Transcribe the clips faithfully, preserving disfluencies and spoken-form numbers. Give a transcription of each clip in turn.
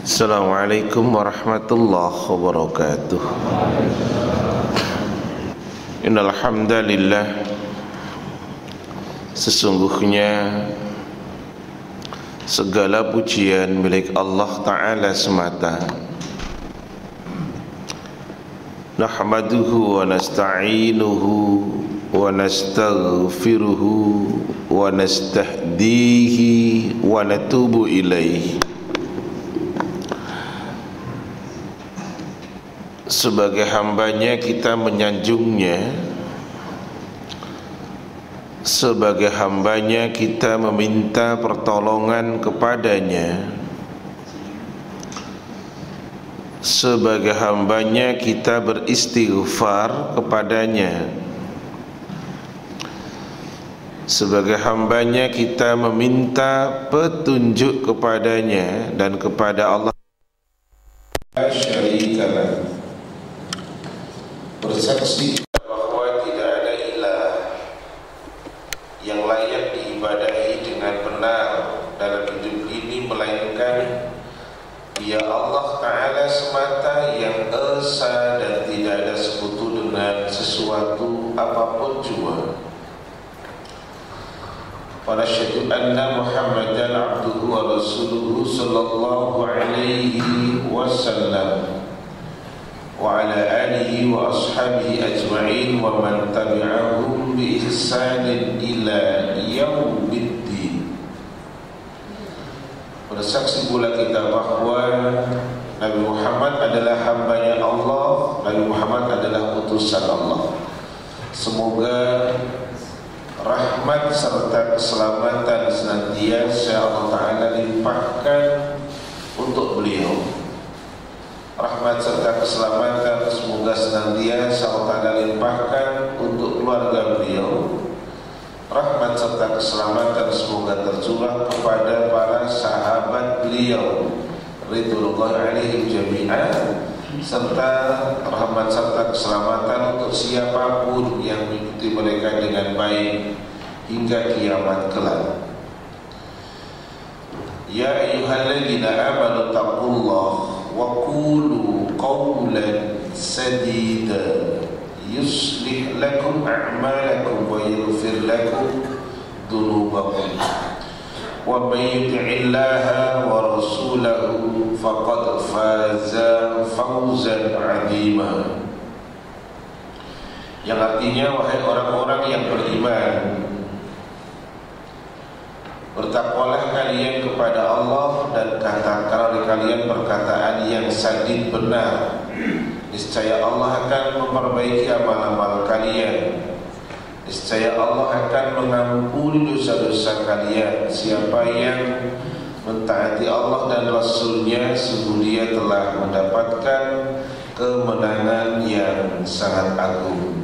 Assalamualaikum warahmatullahi wabarakatuh. Innal hamdalillah, sesungguhnya segala pujian milik Allah Ta'ala semata. Nahmaduhu wa nasta'inuhu wa nastaghfiruhu wa nastahdihi wa natubu ilaihi. Sebagai hambanya kita menyanjungnya, sebagai hambanya kita meminta pertolongan kepadanya, sebagai hambanya kita beristighfar kepadanya, sebagai hambanya kita meminta petunjuk kepadanya dan kepada Allah syarikalah. Bersaksi bahwa tidak ada ilah yang layak diibadahi dengan benar dalam hidup ini melainkan Dia Allah Ta'ala semata yang esa dan tidak ada sekutu dengan sesuatu apapun jua. Wa nasyhadu anna Muhammadan abduhu wa rasuluhu sallallahu alaihi wasallam wa ala alihi wa ashabihi ajma'in wa man tabi'ahum bi ihsanin ila yaumiddin. Bersaksi pula kita bahwa Nabi Muhammad adalah hambanya Allah, Nabi Muhammad adalah utusan Allah. Semoga rahmat serta keselamatan senantiasa Allah Ta'ala limpahkan untuk beliau. Rahmat serta keselamatan semoga senantiasa Allah Ta'ala limpahkan untuk keluarga beliau. Rahmat serta keselamatan semoga tercurah kepada para sahabat beliau ridwanullahi alaihim jami'an, serta rahmat serta keselamatan untuk siapapun yang mengikuti mereka dengan baik hingga kiamat kelak. Ya ayyuhalladzina amanu taqullaha wa qulu qawlan sadida yuslih lakum a'malakum wa yaghfir lakum dhunubakum wa may yuti'illaha wa rasulahu faqad faza fawzan 'azima. Yang artinya, wahai orang-orang yang beriman, bertakwalah kalian kepada Allah dan katakanlah dari kalian perkataan yang sadid benar. Niscaya Allah akan memperbaiki amal-amal kalian. Niscaya Allah akan mengampuni dosa-dosa kalian. Siapa yang mentaati Allah dan Rasulnya, sungguh dia telah mendapatkan kemenangan yang sangat agung.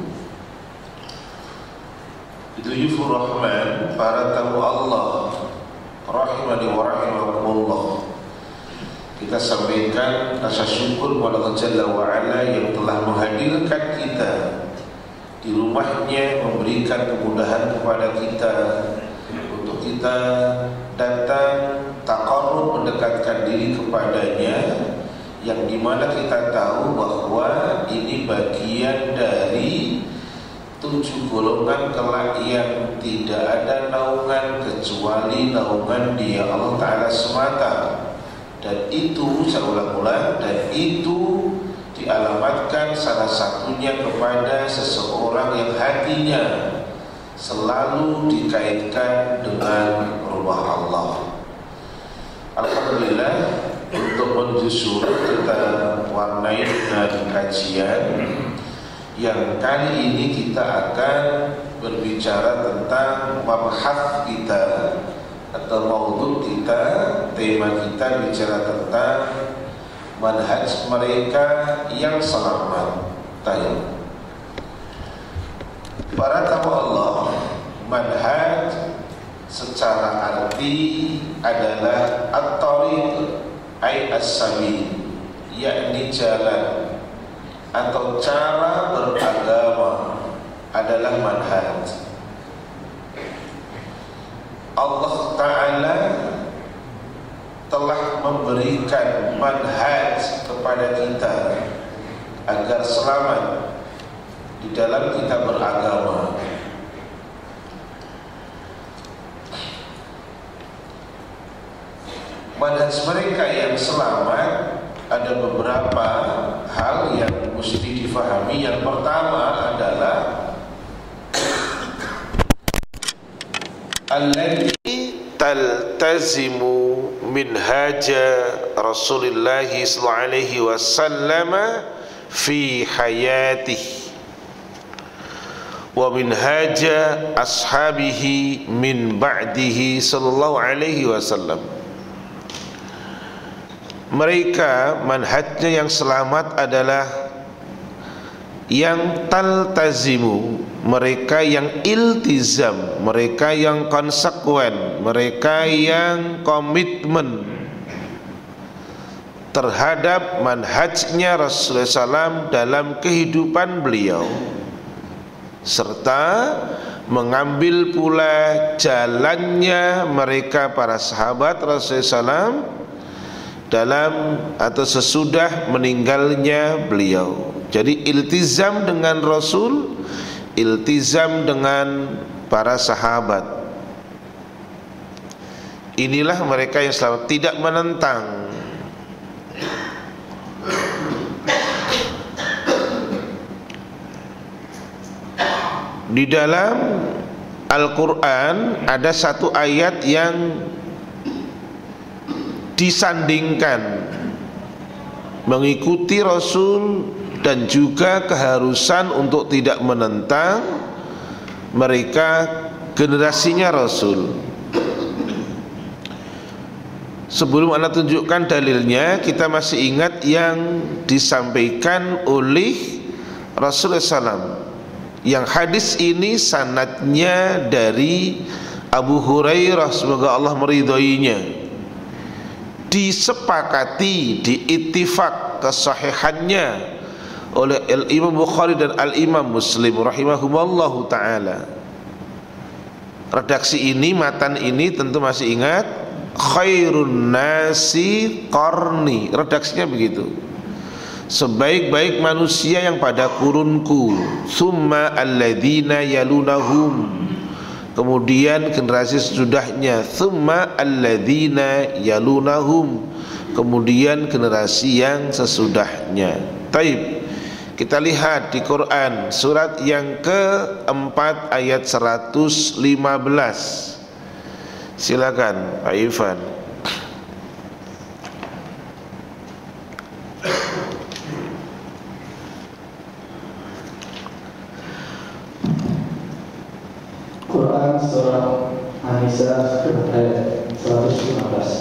Duyufur Rahman, para tamu Allah rahimani wa rahimakumullah, kita sampaikan rasa syukur kepada Allah Jalla wa Ala yang telah menghadirkan kita di rumahnya, memberikan kemudahan kepada kita untuk kita datang taqarrub, mendekatkan diri kepadanya, yang dimana kita tahu bahwa ini bagian dari tujuh golongan kelak yang tidak ada naungan kecuali naungan Dia Allah Ta'ala semata. Dan itu, saya ulang-ulang, dan itu dialamatkan salah satunya kepada seseorang yang hatinya selalu dikaitkan dengan rumah Allah. Alhamdulillah, untuk menjusur kita warnai dengan kajian yang kali ini kita akan berbicara tentang mabhas kita atau maudhu kita, tema kita bicara tentang manhaj mereka yang selamat. Tayyib. Para tamu Allah, manhaj secara arti adalah at-tariq ay as-sabil, yakni jalan atau cara beragama adalah manhaj. Allah Ta'ala telah memberikan manhaj kepada kita agar selamat di dalam kita beragama. Manhaj mereka yang selamat ada beberapa hal yang mesti difahami. Yang pertama adalah alladzi taltazimu minhaja Rasulullah sallallahu alaihi wasallam fi hayatihi wa minhaja ashabihi min ba'dihi sallallahu alaihi wasallam. Mereka manhajnya yang selamat adalah yang taltazimu, mereka yang iltizam, mereka yang konsekuen, mereka yang komitmen terhadap manhajnya Rasulullah shallallahu alaihi wasallam dalam kehidupan beliau, serta mengambil pula jalannya mereka para sahabat Rasulullah shallallahu alaihi wasallam dalam atau sesudah meninggalnya beliau. Jadi iltizam dengan Rasul, iltizam dengan para sahabat. Inilah mereka yang selamat, tidak menentang. Di dalam Al-Quran ada satu ayat yang disandingkan mengikuti Rasul dan juga keharusan untuk tidak menentang mereka generasinya Rasul. Sebelum anda tunjukkan dalilnya, kita masih ingat yang disampaikan oleh Rasulullah shallallahu alaihi wasallam. Yang hadis ini sanadnya dari Abu Hurairah, semoga Allah meridhoinya, disepakati, diittifaq kesahihannya oleh Al-Imam Bukhari dan Al-Imam Muslim rahimahumallahu ta'ala. Redaksi ini, matan ini tentu masih ingat, khairun nasi qarni, redaksinya begitu, sebaik-baik manusia yang pada kurunku, summa alladzina yalunahum, kemudian generasi sesudahnya, summa alladzina yalunahum, kemudian generasi yang sesudahnya. Taib, kita lihat di Quran surat yang keempat ayat seratus lima belas. Silakan Pak Ivan. Quran surah An-Nisa ayat seratus lima belas.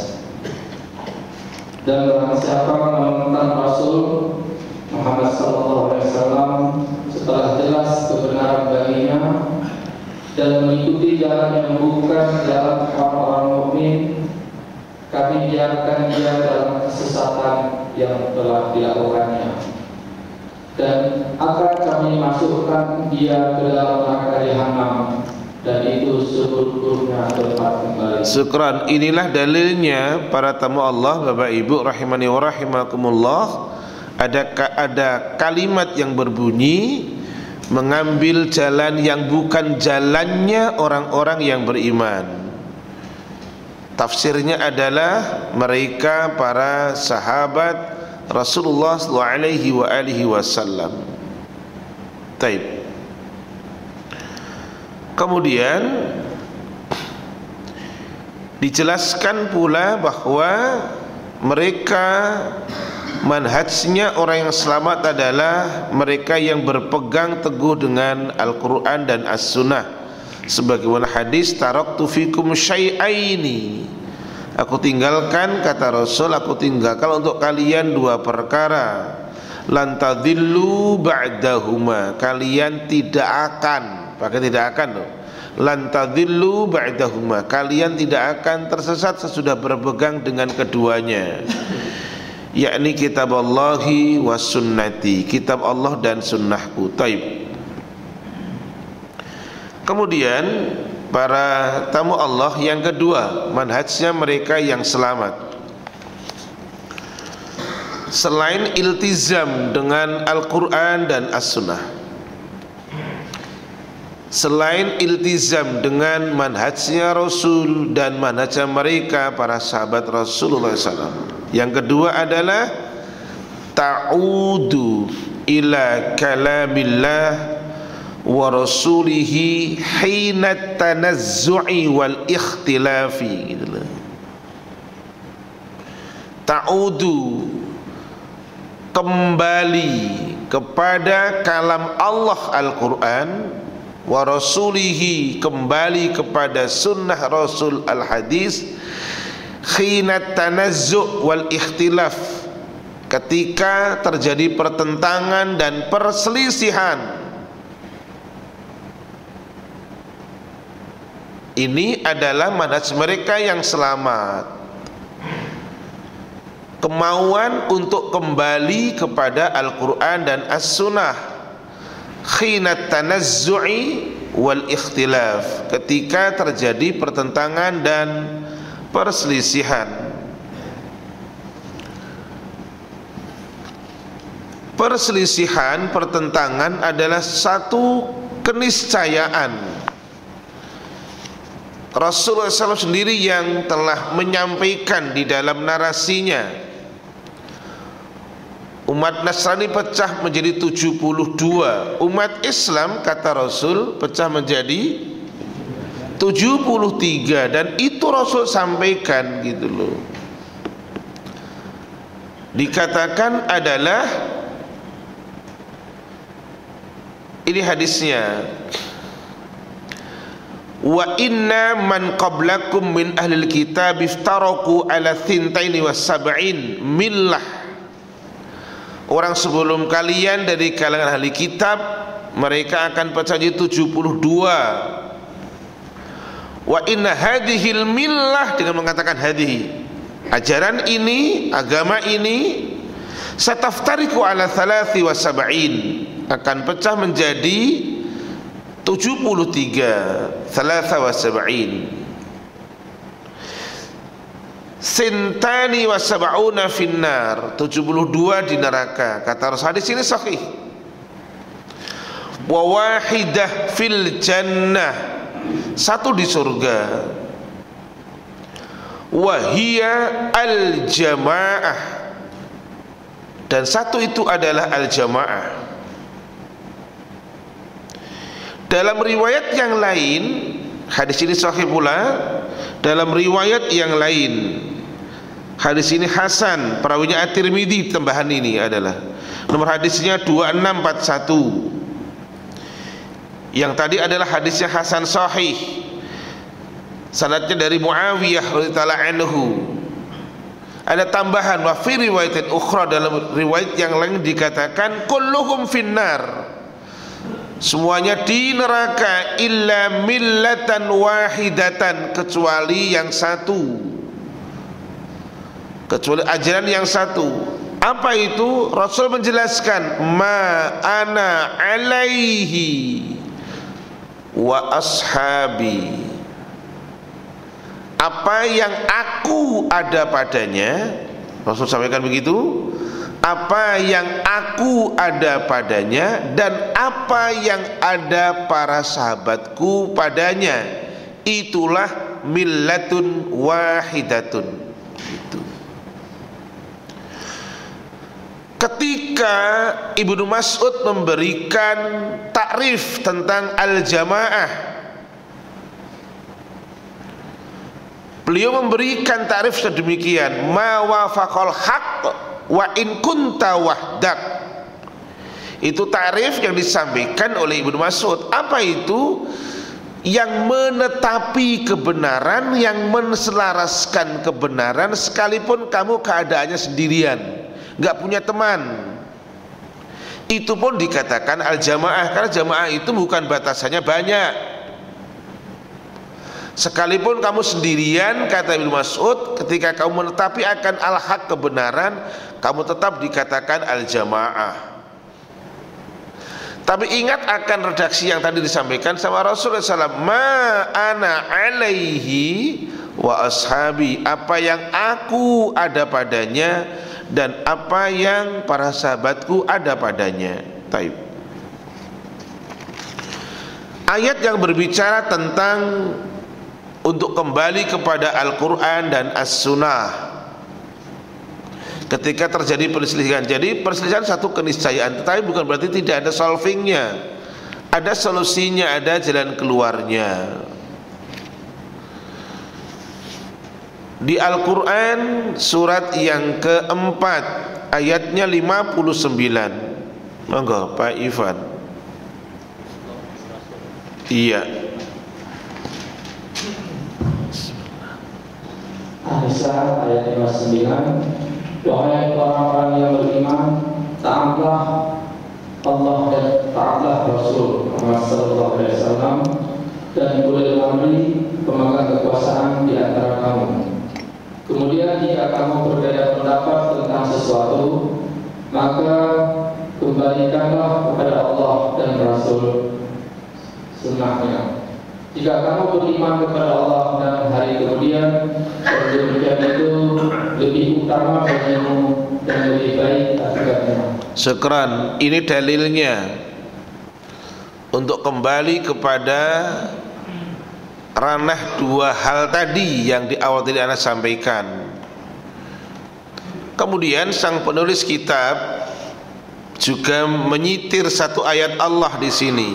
Dan barang siapa menentang Rasul Muhammad sallallahu alaihi wasallam setelah jelas kebenaran baginya dan mengikuti jalan yang bukan jalan orang-orang mukmin, kami biarkan dia dalam kesesatan yang telah dilakukannya, dan akan kami masukkan dia ke dalam neraka jahanam, dan itu seburuk-buruknya tempat kembali. Syukran. Inilah dalilnya para tamu Allah, Bapak Ibu rahimani wa rahimakumullah. Ada ada kalimat yang berbunyi mengambil jalan yang bukan jalannya orang-orang yang beriman. Tafsirnya adalah mereka para sahabat Rasulullah sallallahu alaihi wa alihi wasallam. Taib. Kemudian dijelaskan pula bahwa mereka manhajnya orang yang selamat adalah mereka yang berpegang teguh dengan Al-Quran dan As-Sunnah, sebagaimana hadis taraktu fikum syai'aini, aku tinggalkan, kata Rasul, aku tinggalkan untuk kalian dua perkara, lan tadillu ba'dahuma, kalian tidak akan, pakai tidak akan loh, lan tadillu ba'dahuma, kalian tidak akan tersesat sesudah berpegang dengan keduanya, yakni kitab Allahi wa sunnati, kitab Allah dan sunnahku. Taib. Kemudian para tamu Allah yang kedua, manhajnya mereka yang selamat selain iltizam dengan Al-Quran dan As-Sunnah, selain iltizam dengan manhajnya Rasul dan manhajnya mereka para sahabat Rasulullah shallallahu alaihi wasallam, yang kedua adalah ta'udu ila kalamillah wa rasulihi hina tanazzu'i wal ikhtilafi, gitu loh. Ta'udu, kembali kepada kalam Allah Al-Quran, wa rasulihi, kembali kepada sunnah Rasul Al-Hadis, khina tanazzu' wal ikhtilaf, ketika terjadi pertentangan dan perselisihan. Ini adalah manhaj mereka yang selamat, kemauan untuk kembali kepada Al-Quran dan As-Sunnah, khina tanazzu'i wal ikhtilaf, ketika terjadi pertentangan dan perselisihan. Perselisihan, pertentangan adalah satu keniscayaan. Rasulullah shallallahu alaihi wasallam sendiri yang telah menyampaikan di dalam narasinya, umat Nasrani pecah menjadi tujuh puluh dua, umat Islam kata Rasul pecah menjadi tujuh puluh tiga, dan itu Rasul sampaikan, gitu loh. Dikatakan adalah, ini hadisnya, wa inna man qablakum min ahlil kitab iftaraku ala thintaini wa sab'in millah. Orang sebelum kalian dari kalangan ahli kitab, mereka akan pecah jadi tujuh puluh dua. Wa inna hadhil millah, dengan mengatakan hadhihi, ajaran ini, agama ini, sataftariku ala thalathi wa sab'in, akan pecah menjadi tujuh puluh tiga, thalatha wa sab'in, sintani wa sab'una finnar, tujuh puluh dua di neraka. Kata Rasul, hadis ini sahih. Wa wahidah fil jannah, satu di surga. Wa hiya al jamaah, dan satu itu adalah al jamaah. Dalam riwayat yang lain, hadis ini sahih pula. Dalam riwayat yang lain, hadis ini hasan, perawinya At-Tirmidzi. Tambahan ini adalah nomor hadisnya dua enam empat satu. Yang tadi adalah hadisnya hasan sahih, sanadnya dari Muawiyah radhiyallahu anhu. Ada tambahan, wa fi riwayatin ukhra, dalam riwayat yang lain dikatakan kulluhum finnar, semuanya di neraka, illa millatan wahidatan, kecuali yang satu, kecuali ajaran yang satu. Apa itu? Rasul menjelaskan, ma ana alaihi wa ashabi, apa yang aku ada padanya. Rasul sampaikan begitu, apa yang aku ada padanya dan apa yang ada para sahabatku padanya, itulah millatun wahidatun. Itu. Ketika Ibnu Mas'ud memberikan takrif tentang al-jamaah, beliau memberikan takrif sedemikian, ma wafaqal haqq wa in kunta wahdak. Itu takrif yang disampaikan oleh Ibnu Mas'ud. Apa itu? Yang menetapi kebenaran, yang menselaraskan kebenaran, sekalipun kamu keadaannya sendirian, nggak punya teman. Itu pun dikatakan al-jamaah, karena jamaah itu bukan batasannya banyak. Sekalipun kamu sendirian, kata Ibnu Mas'ud, ketika kamu menetapi akan al-haq, kebenaran, kamu tetap dikatakan al-jamaah. Tapi ingat akan redaksi yang tadi disampaikan sama Rasulullah shallallahu alaihi wasallam, ma ana alaihi wa ashabi, apa yang aku ada padanya dan apa yang para sahabatku ada padanya. Taib. Ayat yang berbicara tentang untuk kembali kepada Al-Quran dan As-Sunnah ketika terjadi perselisihan. Jadi perselisihan satu keniscayaan, tetapi bukan berarti tidak ada solvingnya, ada solusinya, ada jalan keluarnya. Di Al-Quran surat yang keempat ayatnya lima puluh sembilan. Monggo Pak Ivan. Iya. An-Nisa ayat lima puluh sembilan. Wahai orang-orang yang beriman, taatlah Allah dan taatlah Rasul Muhammad sallallahu alaihi wasallam, dan ulil amri, pemegang kekuasaan di antara kamu. Kemudian jika kamu berbeda pendapat tentang sesuatu, maka kembalikanlah kepada Allah dan Rasul sunnahnya. Jika kamu beriman kepada Allah dan hari kemudian, demikian itu lebih utama bagimu dan lebih baik akibatnya. Syukran. Ini dalilnya untuk kembali kepada ranah dua hal tadi yang di awal tadi Anda sampaikan. Kemudian sang penulis kitab juga menyitir satu ayat Allah di sini.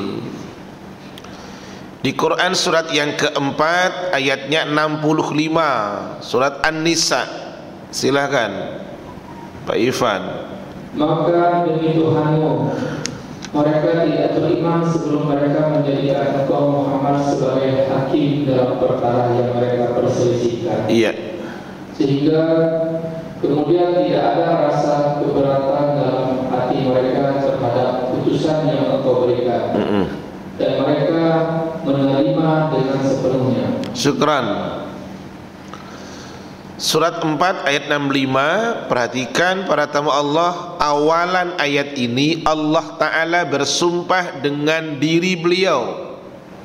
Di Quran surat yang keempat ayatnya enam puluh lima, surat An-Nisa. Silahkan Pak Ivan. Maka demi Tuhanmu, mereka tidak beriman sebelum mereka menjadikan engkau Muhammad sebagai hakim dalam perkara yang mereka perselisihkan. Iya. Sehingga kemudian tidak ada rasa keberatan dalam hati mereka terhadap putusan yang engkau berikan. Mm -mm. Dan mereka menerima dengan sepenuhnya. Syukran. Surat empat ayat enam puluh lima. Perhatikan para tamu Allah, awalan ayat ini Allah Ta'ala bersumpah dengan diri beliau.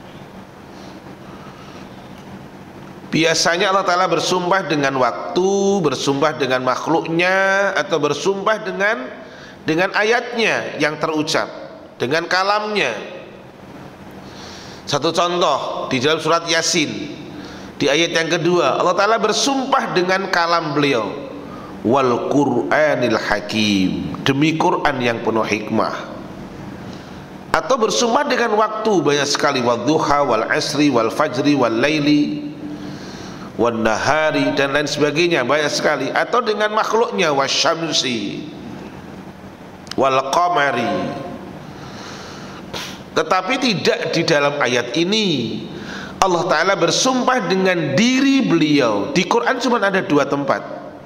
Biasanya Allah Ta'ala bersumpah dengan waktu, bersumpah dengan makhluknya, atau bersumpah dengan dengan ayatnya yang terucap, dengan kalamnya. Satu contoh di dalam surat Yasin, di ayat yang kedua Allah Ta'ala bersumpah dengan kalam beliau, wal Qur'anil Hakim, demi Quran yang penuh hikmah. Atau bersumpah dengan waktu, banyak sekali, wadduha wal asri wal fajri wal laili wan nahari, dan lain sebagainya, banyak sekali. Atau dengan makhluknya, wasyamsi wal qamari. Tetapi tidak di dalam ayat ini. Allah Ta'ala bersumpah dengan diri beliau. Di Quran cuma ada dua tempat.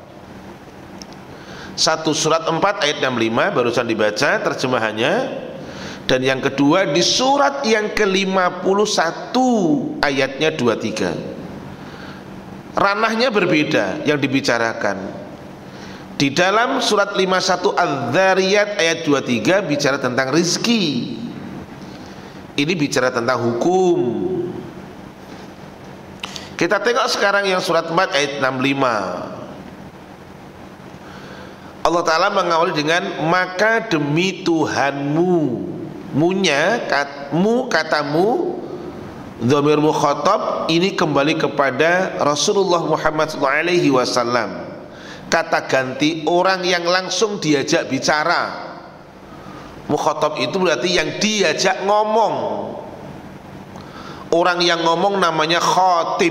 Satu surat empat ayat enam puluh lima barusan dibaca terjemahannya, dan yang kedua di surat yang ke lima puluh satu ayatnya dua puluh tiga. Ranahnya berbeda yang dibicarakan. Di dalam surat lima puluh satu Adz-Dzariyat ayat dua puluh tiga bicara tentang rizki. Ini bicara tentang hukum. Kita tengok sekarang yang surat empat ayat enam puluh lima. Allah Ta'ala mengawali dengan maka demi Tuhanmu. Munya, katmu, katamu, dhamir mukhatab ini kembali kepada Rasulullah Muhammad sallallahu alaihi wasallam. Kata ganti orang yang langsung diajak bicara. Mukhatab itu berarti yang diajak ngomong. Orang yang ngomong namanya khatib.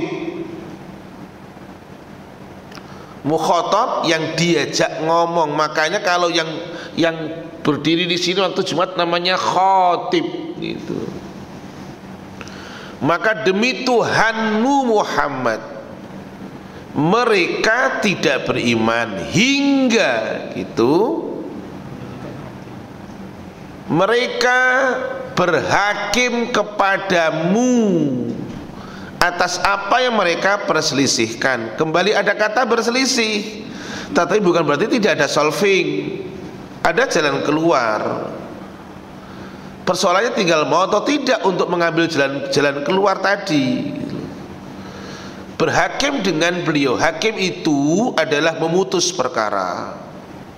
Mukhatab yang diajak ngomong. Makanya kalau yang yang berdiri di sini waktu Jumat namanya khatib gitu. Maka demi Tuhanmu Muhammad, mereka tidak beriman hingga gitu mereka berhakim kepadamu atas apa yang mereka perselisihkan. Kembali ada kata berselisih, tapi bukan berarti tidak ada solving, ada jalan keluar. Persoalannya tinggal mau atau tidak untuk mengambil jalan jalan keluar tadi. Berhakim dengan beliau. Hakim itu adalah memutus perkara.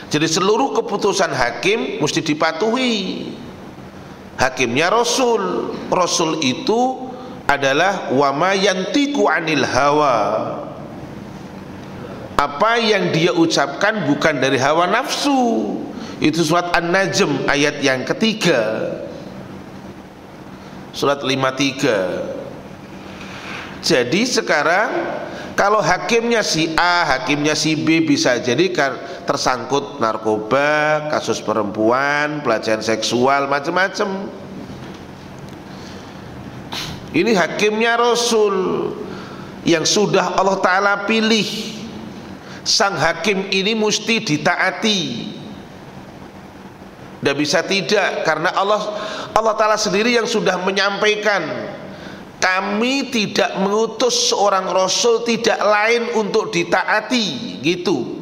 Jadi seluruh keputusan hakim mesti dipatuhi. Hakimnya Rasul. Rasul itu adalah wa ma yantiqu anil hawa. Apa yang dia ucapkan bukan dari hawa nafsu. Itu surat An-Najm ayat yang ketiga, surat lima puluh tiga. Jadi sekarang kalau hakimnya si A, hakimnya si B bisa jadi tersangkut narkoba, kasus perempuan, pelecehan seksual, macam-macam. Ini hakimnya Rasul yang sudah Allah Ta'ala pilih. Sang hakim ini mesti ditaati. Tidak bisa tidak, karena Allah Allah Ta'ala sendiri yang sudah menyampaikan, kami tidak mengutus seorang Rasul tidak lain untuk ditaati, gitu.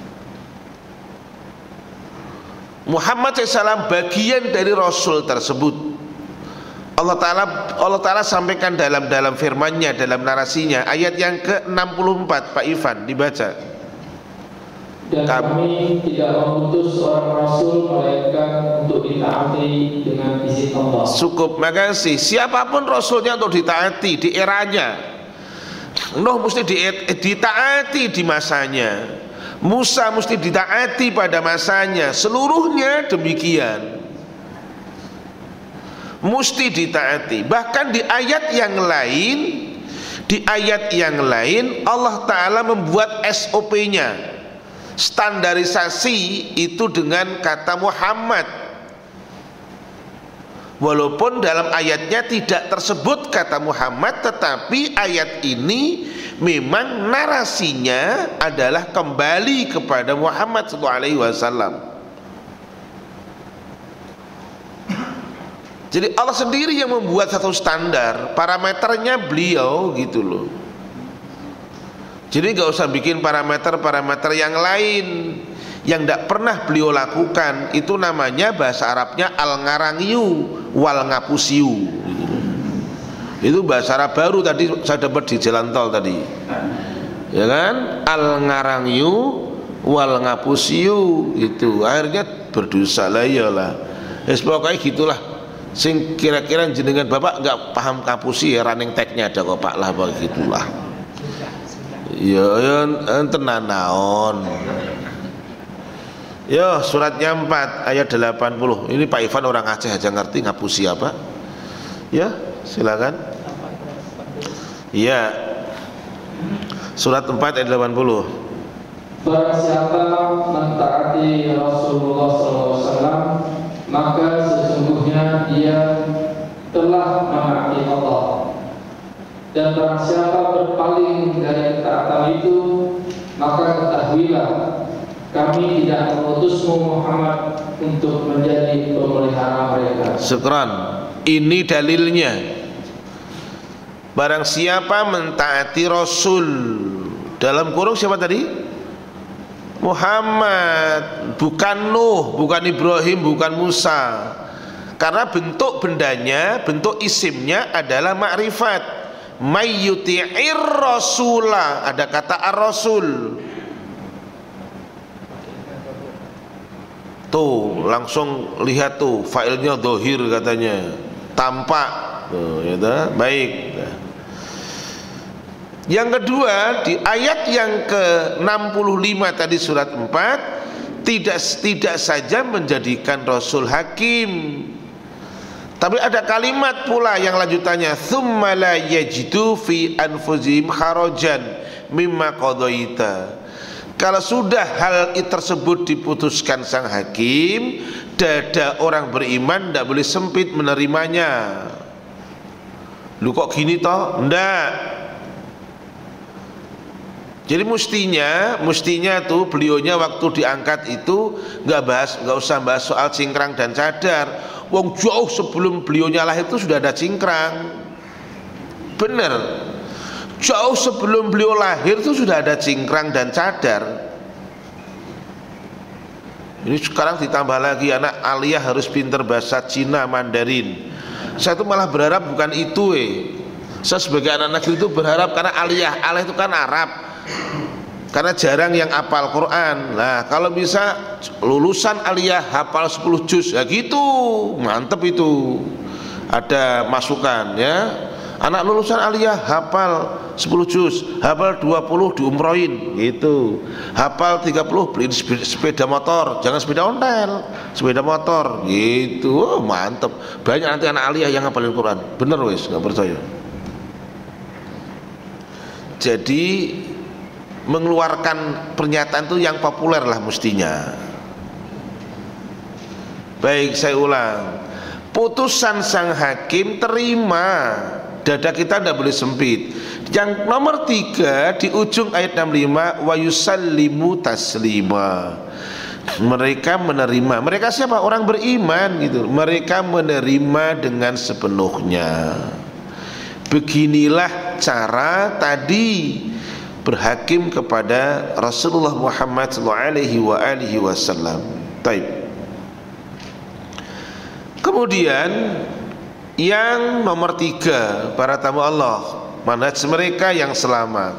Muhammad shallallahu alaihi wasallam bagian dari Rasul tersebut. Allah Ta'ala Allah Ta'ala sampaikan dalam dalam firman-Nya, dalam narasinya, ayat yang ke enam puluh empat, Pak Ivan dibaca. Dan kami tidak mengutus seorang Rasul melainkan untuk ditaati dengan izin Allah. Cukup, makasih. Siapapun Rasulnya untuk ditaati di eranya. Nuh mesti ditaati di masanya. Musa mesti ditaati pada masanya. Seluruhnya demikian. Mesti ditaati. Bahkan di ayat yang lain, di ayat yang lain Allah Ta'ala membuat S O P-nya. Standarisasi itu dengan kata Muhammad. Walaupun dalam ayatnya tidak tersebut kata Muhammad, tetapi ayat ini memang narasinya adalah kembali kepada Muhammad sallallahu alaihi wasallam. Jadi Allah sendiri yang membuat satu standar, parameternya beliau, gitu loh. Jadi gak usah bikin parameter-parameter yang lain yang tidak pernah beliau lakukan. Itu namanya bahasa Arabnya al-ngarangyu wal ngapusiu. Itu bahasa Arab baru tadi saya dapat di jalan tol tadi, ya kan? Al-ngarangyu wal ngapusiu itu akhirnya berdosa lah, iyalah. Ya pokoknya gitulah. Sing kira-kira jenengan bapak nggak paham kapusi ya, running tag-nya ada kok Pak lah, begitulah. Ya, ya tenan naon. Ya, suratnya empat ayat delapan puluh. Ini Pak Ivan orang Aceh aja ngerti ngapusi apa. Ya, silakan. Ya. Surat empat ayat delapan puluh. Barang siapa mentaati Rasulullah sallallahu alaihi wasallam, maka sesungguhnya dia telah menaati Allah. Dan barang siapa berpaling dari ketaatan itu, maka ketahuilah kami tidak mengutusmu Muhammad untuk menjadi pemelihara mereka. Syukran. Ini dalilnya. Barang siapa mentaati Rasul, dalam kurung siapa tadi? Muhammad, bukan Nuh, bukan Ibrahim, bukan Musa. Karena bentuk bendanya, bentuk isimnya adalah ma'rifat. Mayyuti'ir rasulah, ada kata ar-rasul. Tuh langsung lihat tuh failnya dohir katanya, tampak tuh, ya dah? Baik. Yang kedua, di ayat yang ke enam puluh lima tadi surat empat, tidak tidak saja menjadikan Rasul hakim, tapi ada kalimat pula yang lanjutannya, tsumma la yajidu fi anfusihim harajan mimma qadaita. Kalau sudah hal tersebut diputuskan sang hakim, dada orang beriman tidak boleh sempit menerimanya. Lu kok gini toh? Ndak. Jadi mestinya, mestinya tuh beliaunya waktu diangkat itu nggak bahas, nggak usah bahas soal cingkrang dan cadar. Wong jauh sebelum beliaunya lahir itu sudah ada cingkrang. Bener. Jauh sebelum beliau lahir itu sudah ada cingkrang dan cadar. Ini sekarang ditambah lagi anak aliyah harus pinter bahasa Cina, Mandarin. Saya tuh malah berharap bukan itu eh. Saya sebagai anak negeri itu berharap, karena aliyah, aliyah itu kan Arab. karena jarang yang hafal Quran. Nah, kalau bisa lulusan aliyah hafal sepuluh juz, ya gitu, mantep itu. Ada masukan ya. Anak lulusan aliyah hafal sepuluh juz, hafal dua puluh diumrohin gitu. Hafal tiga puluh beliin sepeda motor, jangan sepeda ontel, sepeda motor gitu. Oh, mantep. Banyak nanti anak aliyah yang hafalin Quran. Bener wes, enggak percaya. Jadi mengeluarkan pernyataan itu yang populer lah mestinya. Baik, saya ulang. Putusan sang hakim terima, dada kita tidak boleh sempit. Yang nomor tiga di ujung ayat enam puluh lima, wa yusallimu taslima. Mereka menerima. Mereka siapa? Orang beriman gitu. Mereka menerima dengan sepenuhnya. Beginilah cara tadi berhakim kepada Rasulullah Muhammad sallallahu alaihi wasallam. Taib. Kemudian yang nomor tiga, para tamu Allah, manhaj mereka yang selamat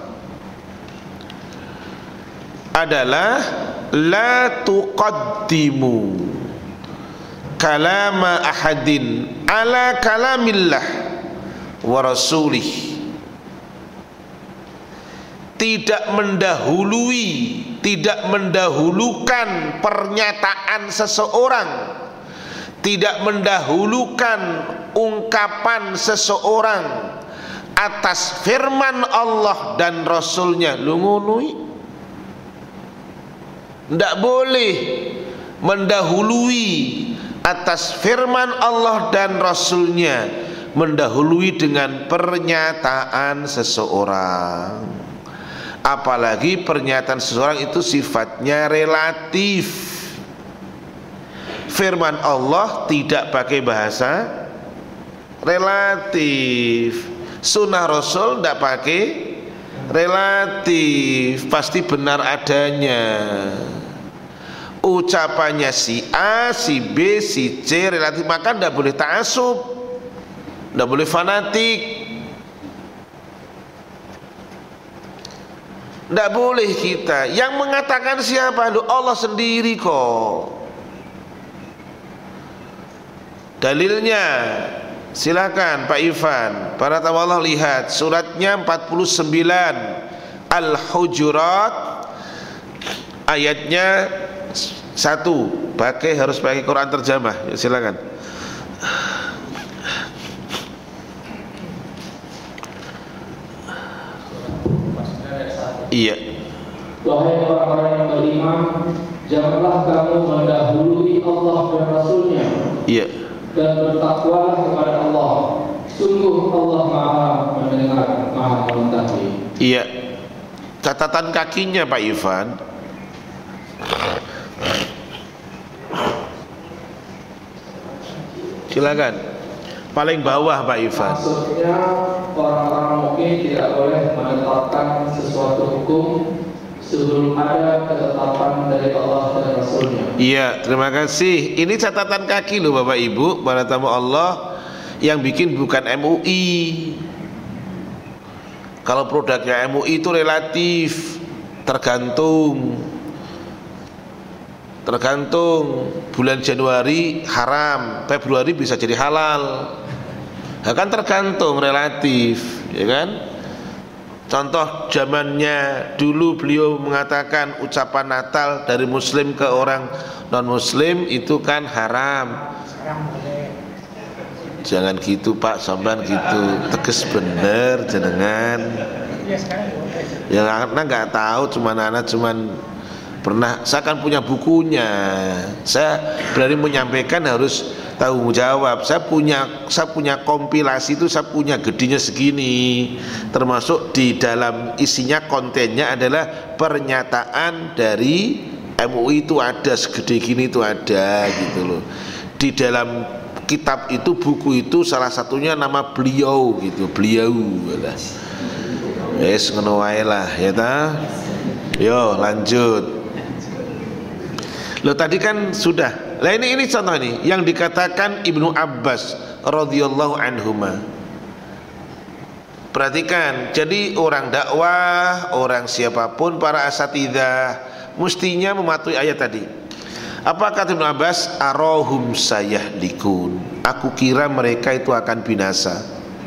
adalah la tuqaddimu kalama ahadin ala kalamillah wa rasulih. Tidak mendahului, tidak mendahulukan pernyataan seseorang, tidak mendahulukan ungkapan seseorang atas firman Allah dan Rasulnya. Lu ngunui, tidak boleh mendahului atas firman Allah dan Rasulnya, mendahului dengan pernyataan seseorang. Apalagi pernyataan seseorang itu sifatnya relatif. Firman Allah tidak pakai bahasa relatif. Sunnah Rasul tidak pakai relatif, pasti benar adanya. Ucapannya si A, si B, si C relatif, maka tidak boleh ta'assub, tidak boleh fanatik. Tidak boleh kita. Yang mengatakan siapa? Allah sendiri kok. Dalilnya silakan Pak Ivan, para tamu Allah, lihat suratnya empat puluh sembilan Al-Hujurat ayatnya satu. Pakai harus pakai Quran terjemah. Ya, silakan. Iya. Wahai orang-orang yang beriman, janganlah kamu mendahului Allah dan Rasulnya. Iya. Dan bertakwalah kepada Allah. Sungguh Allah Maha mendengar, Maha mengetahui. Iya. Catatan kakinya Pak Ivan. Silakan. Paling bawah Pak Ivan. Maksudnya orang-orang mukmin tidak boleh menetapkan sesuatu hukum sebelum ada ketetapan dari Allah dan Rasulnya. Iya, terima kasih. Ini catatan kaki loh Bapak Ibu, para tamu Allah, yang bikin bukan M U I. Kalau produknya M U I itu relatif, tergantung. Tergantung bulan Januari haram, Februari bisa jadi halal. Nah, kan tergantung relatif, ya kan? Contoh zamannya dulu beliau mengatakan ucapan Natal dari muslim ke orang non muslim itu kan haram. Jangan gitu Pak, sampean gitu. Tegas bener jenengan. Yang anak nggak tahu, cuman anak cuman pernah, saya kan punya bukunya. Saya berani menyampaikan harus tanggung jawab. Saya punya saya punya kompilasi itu, saya punya gedenya segini. Termasuk di dalam isinya, kontennya adalah pernyataan dari M U I itu ada segede gini, itu ada gitu loh. Di dalam kitab itu, buku itu salah satunya nama beliau gitu, beliau. Wes ngono wae lah ya ta. Yo lanjut. Loh tadi kan sudah. Lah ini ini contoh ini yang dikatakan Ibnu Abbas radhiyallahu anhuma. Perhatikan, jadi orang dakwah, orang siapapun, para asatidzah mestinya mematuhi ayat tadi. Apa kata Ibnu Abbas? Arahum sayahlikun. Aku kira mereka itu akan binasa.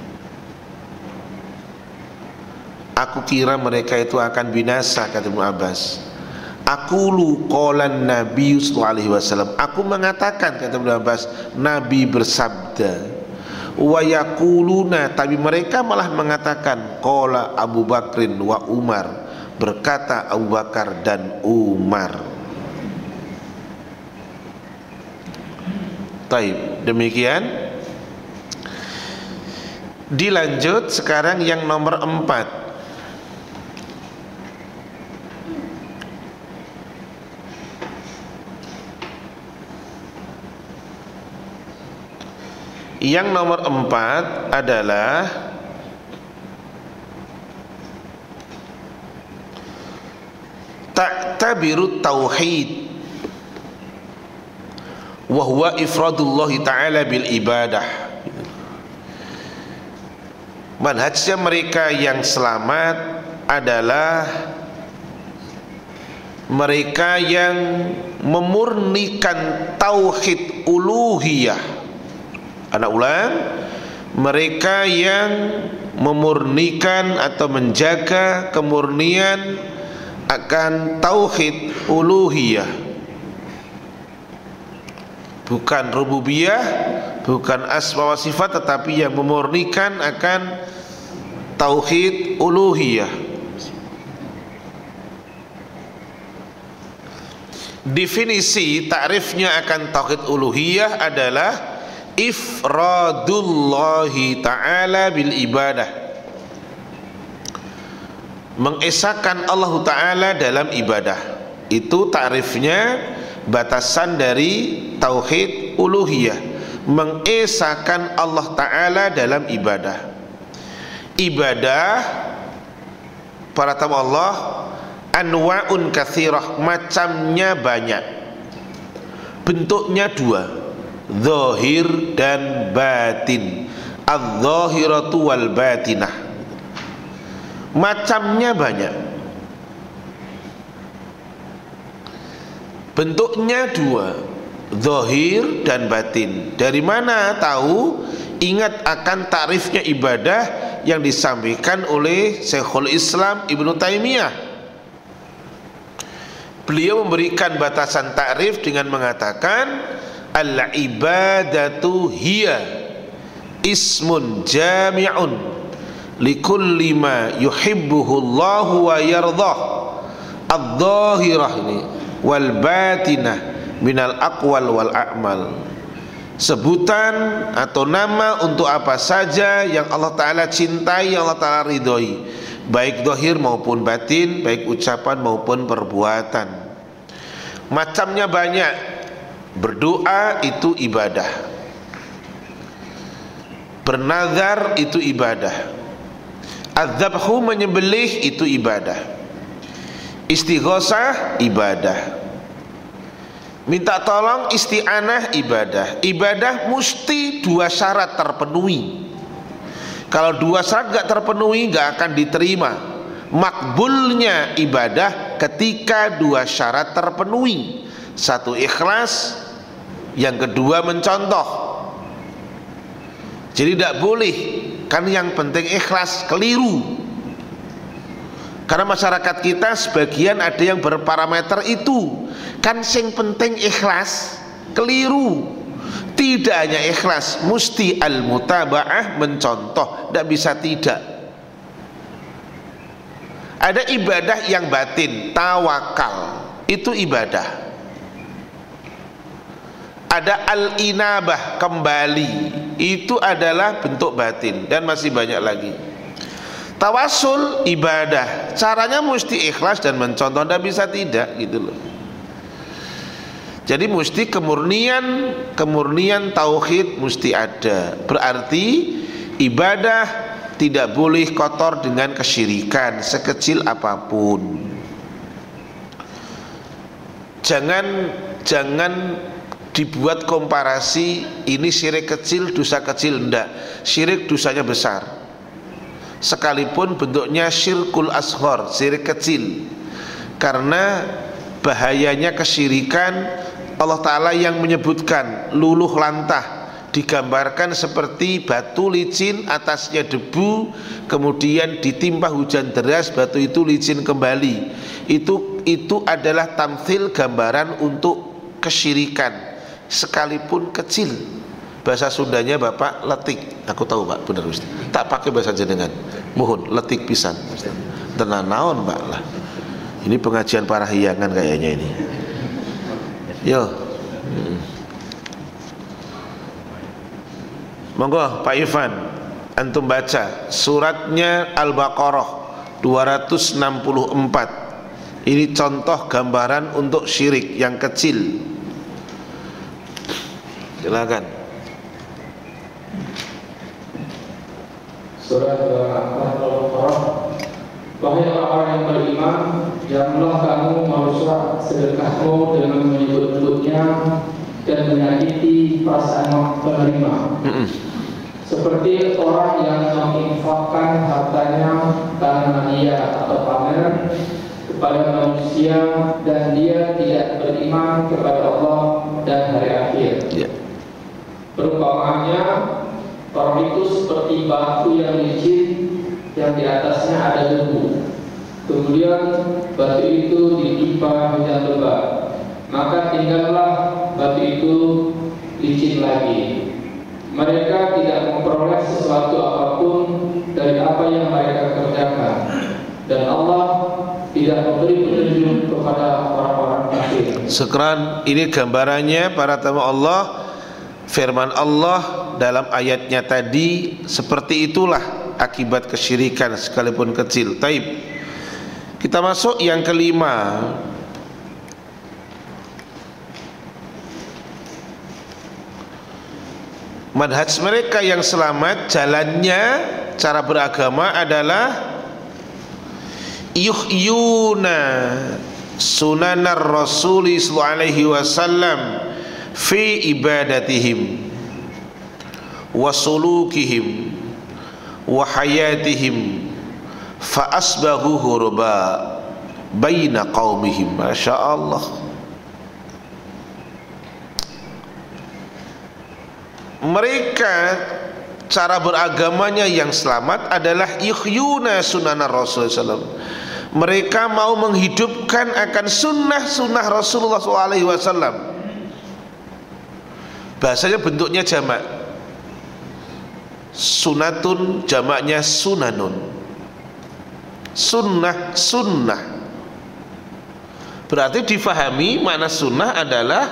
Aku kira mereka itu akan binasa, kata Ibnu Abbas. Aku lu qolan Nabi sallallahu alaihi wasallam. Aku mengatakan, kata Ibnu Abbas, Nabi bersabda. Wa yaquluna, tapi mereka malah mengatakan qala Abu Bakrin wa Umar, berkata Abu Bakar dan Umar. Taib, demikian. Dilanjut sekarang yang nomor empat. Yang nomor empat adalah ta'tabiru tauhid wa huwa ifradullah ta'ala bil ibadah. Manhajnya mereka yang selamat adalah mereka yang memurnikan tauhid uluhiyah. Anak ulang, mereka yang memurnikan atau menjaga kemurnian akan tauhid uluhiyah, bukan rububiyah, bukan asma wa sifat, tetapi yang memurnikan akan tauhid uluhiyah. Definisi takrifnya akan tauhid uluhiyah adalah ifradullahi ta'ala bil ibadah, mengesahkan Allah Ta'ala dalam ibadah. Itu takrifnya, batasan dari tauhid uluhiyah, mengesahkan Allah Ta'ala dalam ibadah. Ibadah para tamu Allah anwa'un katsirah, macamnya banyak, bentuknya dua, zahir dan batin, adz-zahiratu wal batinah. Macamnya banyak, bentuknya dua, zahir dan batin. Dari mana tahu? Ingat akan takrifnya ibadah yang disampaikan oleh Syekhul Islam Ibnu Taimiyah. Beliau memberikan batasan takrif dengan mengatakan al-ibadatu hiya ismun jami'un likulli ma yuhibbuhu Allahu wa yardah, adz-zahirah ini wal batinah minal aqwal wal a'mal. Sebutan atau nama untuk apa saja yang Allah Ta'ala cintai, yang Allah Ta'ala ridhoi, baik zahir maupun batin, baik ucapan maupun perbuatan. Macamnya banyak. Berdoa itu ibadah, bernazar itu ibadah, adzabhu menyembelih itu ibadah, istighosah ibadah, minta tolong isti'anah ibadah. Ibadah mesti dua syarat terpenuhi. Kalau dua syarat gak terpenuhi gak akan diterima. Makbulnya ibadah ketika dua syarat terpenuhi. Satu, ikhlas. Yang kedua, mencontoh. Jadi tidak boleh, kan yang penting ikhlas, keliru. Karena masyarakat kita sebagian ada yang berparameter itu, kan sing penting ikhlas, keliru. Tidak hanya ikhlas, mesti al-mutaba'ah, mencontoh. Tidak bisa tidak. Ada ibadah yang batin, tawakal, itu ibadah. Ada al-inabah, kembali, itu adalah bentuk batin, dan masih banyak lagi. Tawasul ibadah, caranya mesti ikhlas dan mencontoh, tidak bisa tidak gitu loh. Jadi mesti kemurnian, kemurnian tauhid mesti ada. Berarti ibadah tidak boleh kotor dengan kesyirikan sekecil apapun. Jangan jangan dibuat komparasi ini syirik kecil, dosa kecil. Enggak, syirik dosanya besar. sekalipun bentuknya syirkul ashor, syirik kecil. Karena bahayanya kesyirikan, Allah Ta'ala yang menyebutkan luluh lantah, digambarkan seperti batu licin, atasnya debu, kemudian ditimpa hujan deras, batu itu licin kembali. Itu itu adalah tamthil, gambaran untuk kesyirikan sekalipun kecil. Bahasa Sundanya Bapak letik. Aku tahu Pak, benar Ustaz. Tak pakai bahasa jenengan. Mohon letik pisan. Tenan naon Pak lah. Ini pengajian para hiyangan kayaknya ini. Yo. Hmm. Monggo Pak Ivan, antum baca suratnya Al-Baqarah dua ratus enam puluh empat. Ini contoh gambaran untuk syirik yang kecil. Silakan. Surat Al-Baqarah. Wahai orang-orang yang beriman, janganlah kamu merusak sedekahmu dengan menyebut-nyebutnya dan menyakiti perasaan penerima. Mm-mm. Seperti orang yang menginfakkan hartanya karena dia atau pamer kepada manusia dan dia tidak beriman kepada Allah dan hari akhir. Yeah. Perumpamaannya, orang itu seperti batu yang licin yang di atasnya ada debu. Kemudian batu itu ditimpa hujan lebat, maka tinggallah batu itu licin lagi. Mereka tidak memperoleh sesuatu apapun dari apa yang mereka kerjakan, dan Allah tidak memberi petunjuk kepada orang-orang kafir. Sekarang ini gambarannya para tamu Allah, firman Allah dalam ayatnya tadi, seperti itulah akibat kesyirikan sekalipun kecil. Taib. Kita masuk yang kelima. Manhaj mereka yang selamat, jalannya, cara beragama adalah yuhyuna sunanar Rasuli sallallahu alaihi wasallam fi ibadatihim wa sulukihim wa hayatihim fa asbahu hurba baina qaumihim. Masya Allah. Mereka cara beragamanya yang selamat adalah yuhyuna sunnah Rasulullah sallallahu alaihi wasallam. Mereka mau menghidupkan akan sunnah-sunnah Rasulullah sallallahu alaihi wasallam. Bahasanya bentuknya jamak. Sunatun jamaknya sunanun. Sunnah, sunnah. Berarti difahami makna sunnah adalah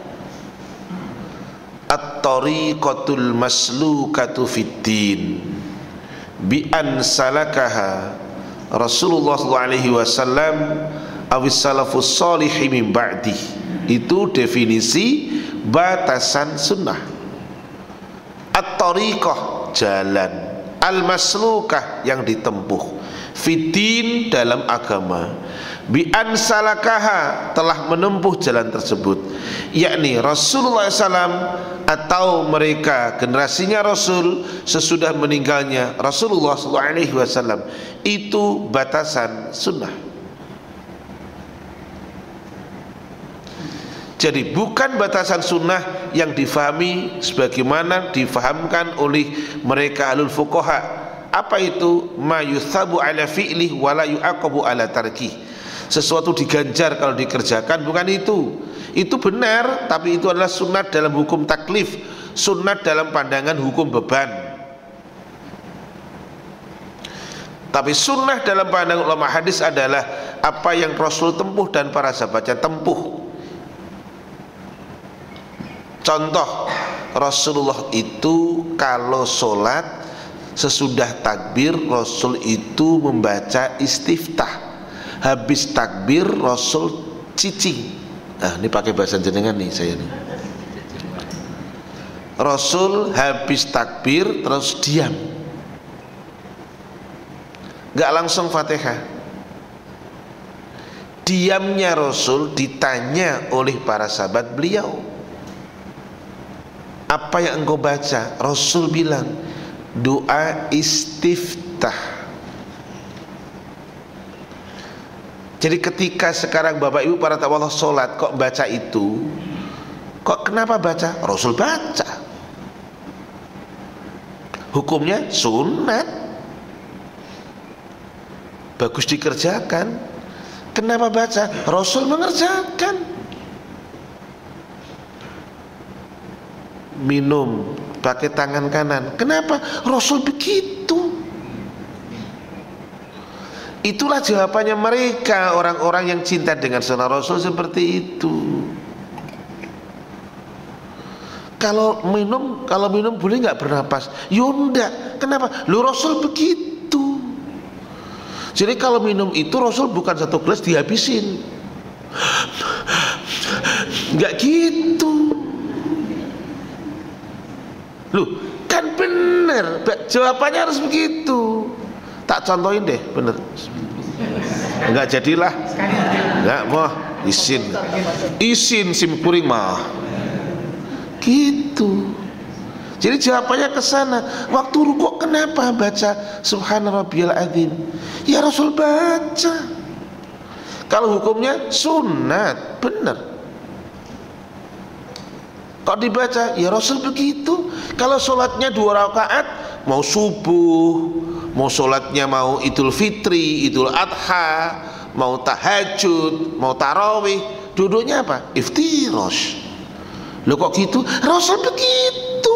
at-tariqatul maslukatu fiddin bi an salakaha Rasulullah sallallahu alaihi wasallam awis salafus salih min ba'di. Itu definisi batasan sunnah. At-tariqah jalan, al-maslukah yang ditempuh, fiddin dalam agama, bi an salakaha telah menempuh jalan tersebut, yakni Rasulullah sallallahu alaihi wasallam atau mereka generasinya Rasul sesudah meninggalnya Rasulullah sallallahu alaihi wasallam. Itu batasan sunnah. Jadi bukan batasan sunnah yang difahami sebagaimana difahamkan oleh mereka ahlul fuqaha. Apa itu? Ma yuthabu ala fi'lih wa la yu'aqabu ala tarkih. Sesuatu diganjar kalau dikerjakan, bukan itu. Itu benar, tapi itu adalah sunnah dalam hukum taklif, sunnah dalam pandangan hukum beban. Tapi sunnah dalam pandangan ulama hadis adalah apa yang Rasul tempuh dan para sahabatnya tempuh. Contoh, Rasulullah itu kalau sholat sesudah takbir Rasul itu membaca istiftah. Habis takbir Rasul cicing. Nah, ini pakai bahasa jenengan nih saya nih. Rasul habis takbir terus diam, gak langsung Fatihah. Diamnya Rasul ditanya oleh para sahabat beliau, apa yang engkau baca? Rasul bilang doa istiftah. Jadi ketika sekarang Bapak Ibu para tamu Allah sholat kok baca itu, kok kenapa baca? Rasul baca. Hukumnya sunat, bagus dikerjakan. Kenapa baca? Rasul mengerjakan. Minum pakai tangan kanan, kenapa? Rasul begitu. Itulah jawabannya mereka, orang-orang yang cinta dengan sunnah Rasul seperti itu. Kalau minum, kalau minum boleh nggak bernapas? Yunda, kenapa? Lu Rasul begitu. Jadi kalau minum itu Rasul bukan satu gelas dihabisin, nggak gitu. Loh, kan bener, jawabannya harus begitu. Tak contohin deh, bener. Enggak jadilah. Enggak mau isin. Isin sim kuring mah. Gitu. Jadi jawabannya ke sana. Waktu rukuk kenapa baca Subhana Rabbiyal Azim? Ya Rasul baca. Kalau hukumnya sunat, bener. Kok dibaca? Ya Rasul begitu. Kalau sholatnya dua rakaat, mau subuh, mau sholatnya mau Idul Fitri, Idul Adha, mau tahajud, mau tarawih, duduknya apa? Iftirash. Loh kok gitu? Rasul begitu.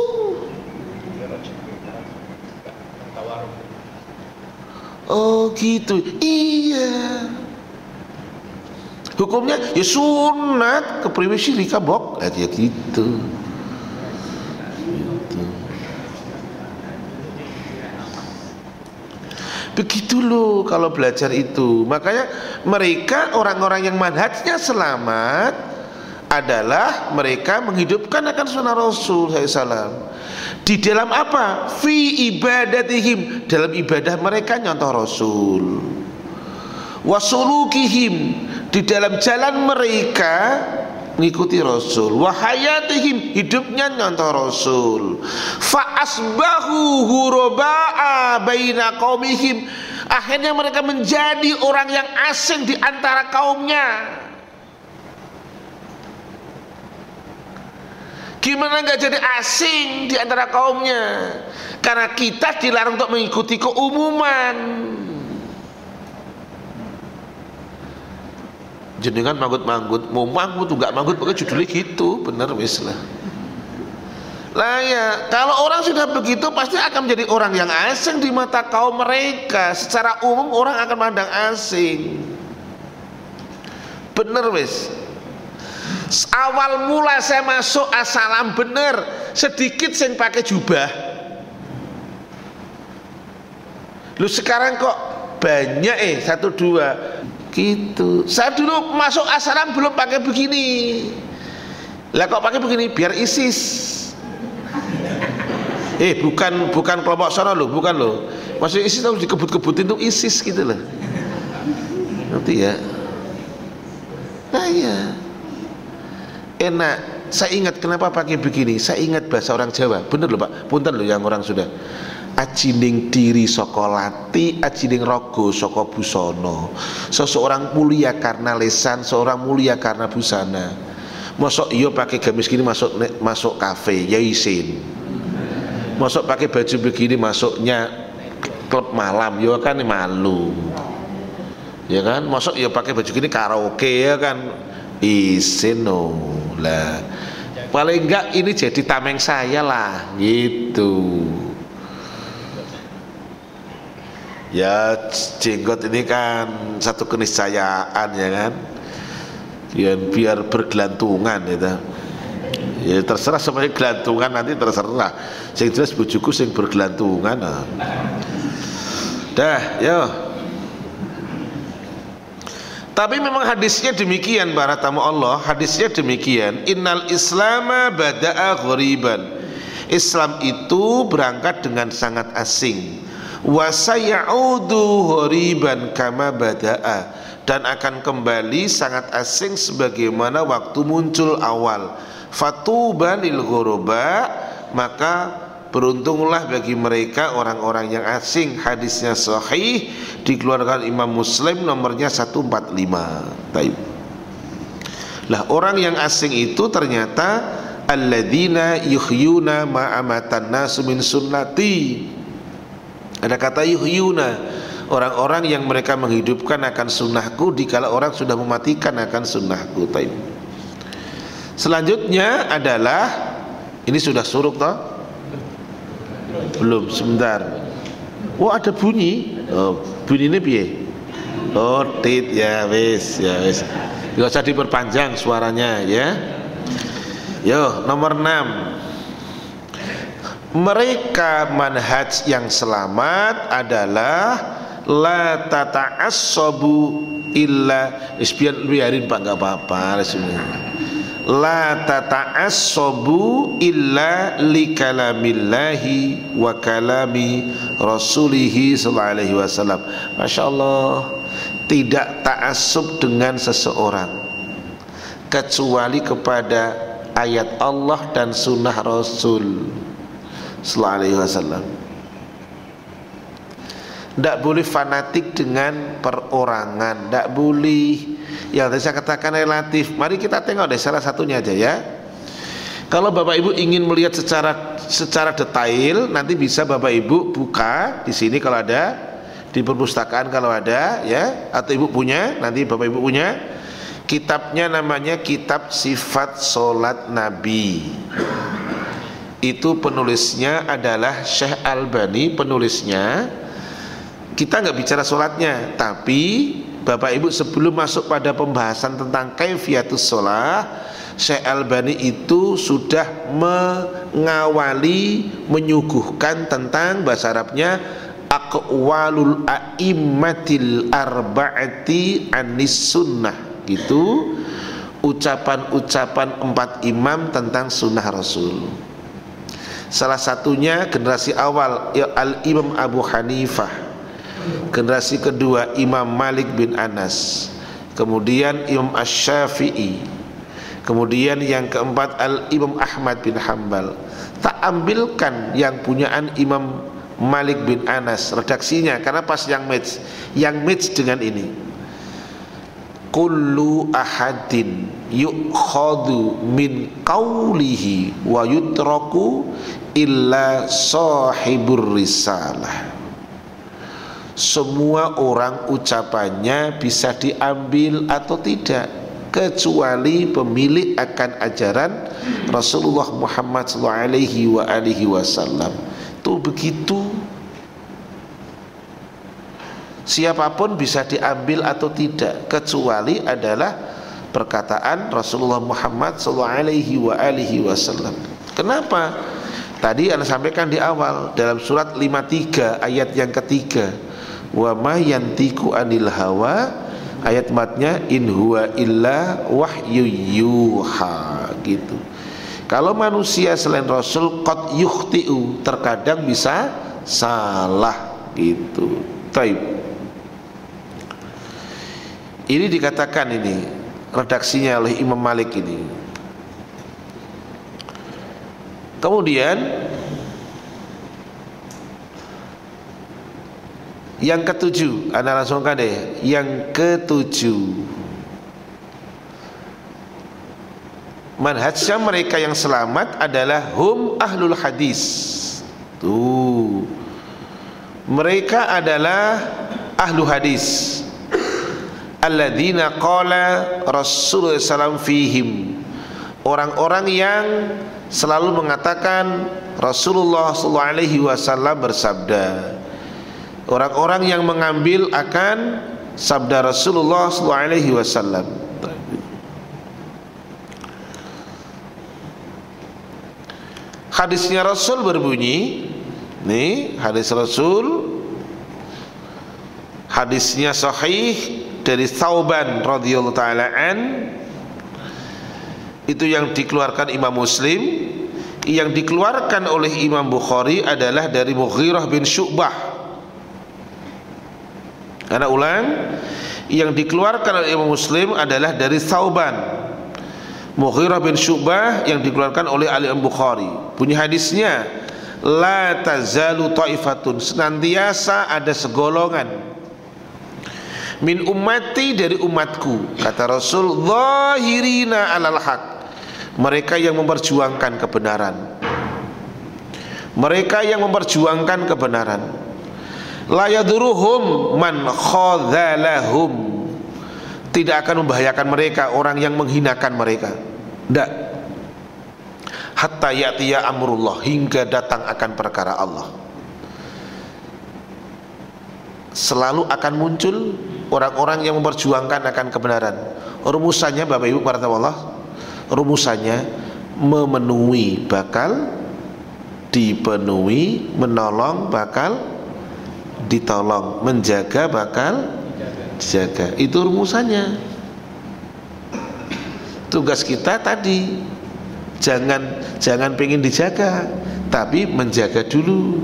Oh gitu. Iya. Hukumnya ya sunat, kepriwe sirika bok, ya gitu. Gitu. Begitu loh kalau belajar itu. Makanya mereka orang-orang yang manhajnya selamat adalah mereka menghidupkan akan sunnah Rasul sallallahu alaihi wasallam. Di dalam apa? Fi ibadatihim, dalam ibadah mereka nyontoh Rasul. Wasulukihim, di dalam jalan mereka mengikuti Rasul. Wahayatihim, hidupnya nyontoh Rasul. Fa asbahu hurabaa baina qaumihim, akhirnya mereka menjadi orang yang asing di antara kaumnya. Gimana nggak jadi asing di antara kaumnya? Karena kita dilarang untuk mengikuti keumuman. Jenengan manggut-manggut, mau manggut tuh nggak manggut, pakai judulnya gitu, bener wis lah. Lah ya, kalau orang sudah begitu pasti akan menjadi orang yang asing di mata kaum mereka. Secara umum orang akan memandang asing. Bener wis. Awal mula saya masuk assalam bener, sedikit sing pakai jubah. Lu sekarang kok banyak eh satu dua gitu. Saya dulu masuk assalam belum pakai begini. Lah kok pakai begini? Biar ISIS. Eh bukan bukan kelompok sono loh, bukan loh. Maksudnya ISIS harus dikebut-kebutin tuh ISIS gitu loh. Nanti ya. Nah ya. Enak. Saya ingat kenapa pakai begini. Saya ingat bahasa orang Jawa. Bener loh Pak. Punten loh yang orang sudah. Ajining diri saka lati, ajining rogo saka busana. Seseorang mulia karena lesan, seorang mulia karena busana. Mosok iya pakai gamis gini masuk masuk kafe, ya isin. Mosok pakai baju begini masuknya klub malam, ya kan malu. Ya kan? Mosok iya pakai baju gini karaoke, ya kan isin no. Lah paling enggak ini jadi tameng saya lah gitu. Ya jenggot ini kan satu keniscayaan ya kan, biar, biar bergelantungan gitu. Ya terserah semuanya gelantungan nanti terserah. Sing jelas bojoku sing bergelantungan. Nah. Dah, yo. Tapi memang hadisnya demikian para tamu Allah, hadisnya demikian. Innal Islama bada'a ghoriban. Islam itu berangkat dengan sangat asing. Wa sayaudu ghoriban kama bada'a, dan akan kembali sangat asing sebagaimana waktu muncul awal. Fatuba lil ghuraba, maka beruntunglah bagi mereka orang-orang yang asing. Hadisnya sahih, dikeluarkan Imam Muslim, nomornya seratus empat puluh lima. Baik. Lah orang yang asing itu ternyata alladzina yuhyuna ma amatan nasu min sunnati. Ada kata yuhyuna, orang-orang yang mereka menghidupkan akan sunnahku dikala orang sudah mematikan akan sunnahku. Baik. Selanjutnya adalah, ini sudah suruk toh? Belum, sebentar. Oh ada bunyi. Oh, bunyi ini piye? Oh tit ya wis, ya wis. Gak usah diperpanjang suaranya ya. Yo, nomor enam. Mereka manhaj yang selamat adalah la tata'assabu illa isbian biarin Pak, enggak apa-apa la tata'assabu illa li kalamillahi wa kalami rasulihi sallallahu alaihi wasallam. Masya Allah, tidak ta'assub dengan seseorang kecuali kepada ayat Allah dan sunnah Rasul sallallahu alaihi wasallam. Tidak boleh fanatik dengan perorangan, tidak boleh. Yang tadi saya katakan relatif. Mari kita tengok deh salah satunya aja ya. Kalau Bapak Ibu ingin melihat secara secara detail, nanti bisa Bapak Ibu buka di sini kalau ada, di perpustakaan kalau ada ya, atau Ibu punya, nanti Bapak Ibu punya. Kitabnya namanya Kitab Sifat Solat Nabi. Itu penulisnya adalah Syekh Albani penulisnya. Kita nggak bicara sholatnya, tapi Bapak Ibu sebelum masuk pada pembahasan tentang kaifiyatus sholat, Syekh Albani itu sudah mengawali, menyuguhkan tentang bahasa Arabnya aqwalul a'immatil arba'ati anis sunnah, gitu, ucapan-ucapan empat imam tentang sunnah Rasul. Salah satunya generasi awal Al-Imam Abu Hanifah, generasi kedua Imam Malik bin Anas, kemudian Imam Asy-Syafi'i, kemudian yang keempat Al-Imam Ahmad bin Hanbal. Tak ambilkan yang punyaan Imam Malik bin Anas redaksinya karena pas yang match, yang match dengan ini. Kullu ahadin yu'khadhu min qawlihi wa yutraku illa sahibur risalah. Semua orang ucapannya bisa diambil atau tidak kecuali pemilik akan ajaran Rasulullah Muhammad sallallahu alaihi wasallam. Itu begitu. Siapapun bisa diambil atau tidak kecuali adalah perkataan Rasulullah Muhammad sallallahu alaihi wasallam. Kenapa? Tadi Anda sampaikan di awal dalam surat lima puluh tiga ayat yang ketiga, wa ma yantiku anil hawa, ayat matnya in huwa illa wahyu yuha, gitu. Kalau manusia selain Rasul qad yukhti'u, terkadang bisa salah, gitu. Taib. Ini dikatakan ini redaksinya oleh Imam Malik ini. Kemudian yang ketujuh, Anda langsungkan deh. Yang ketujuh, manhajnya mereka yang selamat adalah hum ahlul hadis. Tuh, mereka adalah ahlu hadis. Alladzina qala Rasulullah sallallahu alaihi wasallam fihim, orang-orang yang selalu mengatakan Rasulullah sallallahu alaihi wasallam bersabda. Orang-orang yang mengambil akan sabda Rasulullah sallallahu alaihi wasallam. Hadisnya Rasul berbunyi, nih hadis Rasul, hadisnya sahih dari Tsauban radhiyallahu taala an, itu yang dikeluarkan Imam Muslim. Yang dikeluarkan oleh Imam Bukhari adalah dari Mughirah bin Syu'bah. Karena ulang, yang dikeluarkan oleh Imam Muslim adalah dari Tsauban, Mughirah bin Syu'bah, yang dikeluarkan oleh Imam Bukhari. Bunyi hadisnya, la tazalu ta'ifatun, senantiasa ada segolongan, min ummati, dari umatku, kata Rasul, zahirina alal haq, mereka yang memperjuangkan kebenaran, mereka yang memperjuangkan kebenaran, la yaduruhum man khadzalahum, tidak akan membahayakan mereka orang yang menghinakan mereka, tidak, hatta ya'tiya amrullah, hingga datang akan perkara Allah. Selalu akan muncul orang-orang yang memperjuangkan akan kebenaran. Rumusannya Bapak Ibu para tamu Allah, rumusannya memenuhi bakal dipenuhi, menolong bakal ditolong, menjaga bakal dijaga. Itu rumusannya. Tugas kita tadi, Jangan jangan pengen dijaga, tapi menjaga dulu.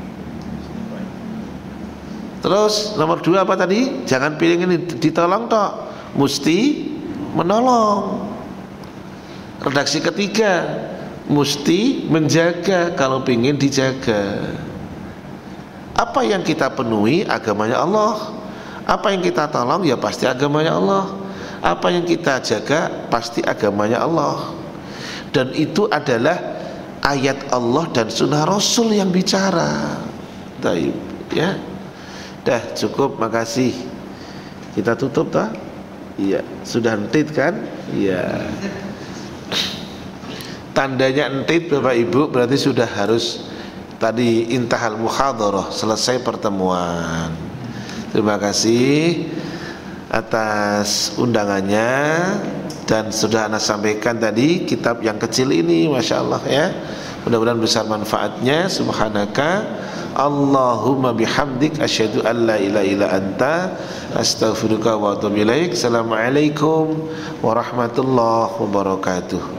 Terus nomor dua apa tadi? Jangan pengen ditolong toh, mesti menolong. Redaksi ketiga, mesti menjaga kalau pengen dijaga. Apa yang kita penuhi agamanya Allah, apa yang kita tolong ya pasti agamanya Allah, apa yang kita jaga pasti agamanya Allah. Dan itu adalah ayat Allah dan sunnah Rasul yang bicara. Taib, ya. Dah cukup, makasih. Kita tutup tak? Iya, sudah entit kan? Iya. Tandanya entit Bapak Ibu berarti sudah harus tadi intahal muhadharah, selesai pertemuan. Terima kasih atas undangannya. Dan sudah Anda sampaikan tadi kitab yang kecil ini, Masya Allah ya, mudah-mudahan besar manfaatnya. Subhanaka Allahumma bihamdik, asyhadu an la ilaha illa anta, astaghfiruka wa atubu ilaik. Assalamualaikum warahmatullahi wabarakatuh.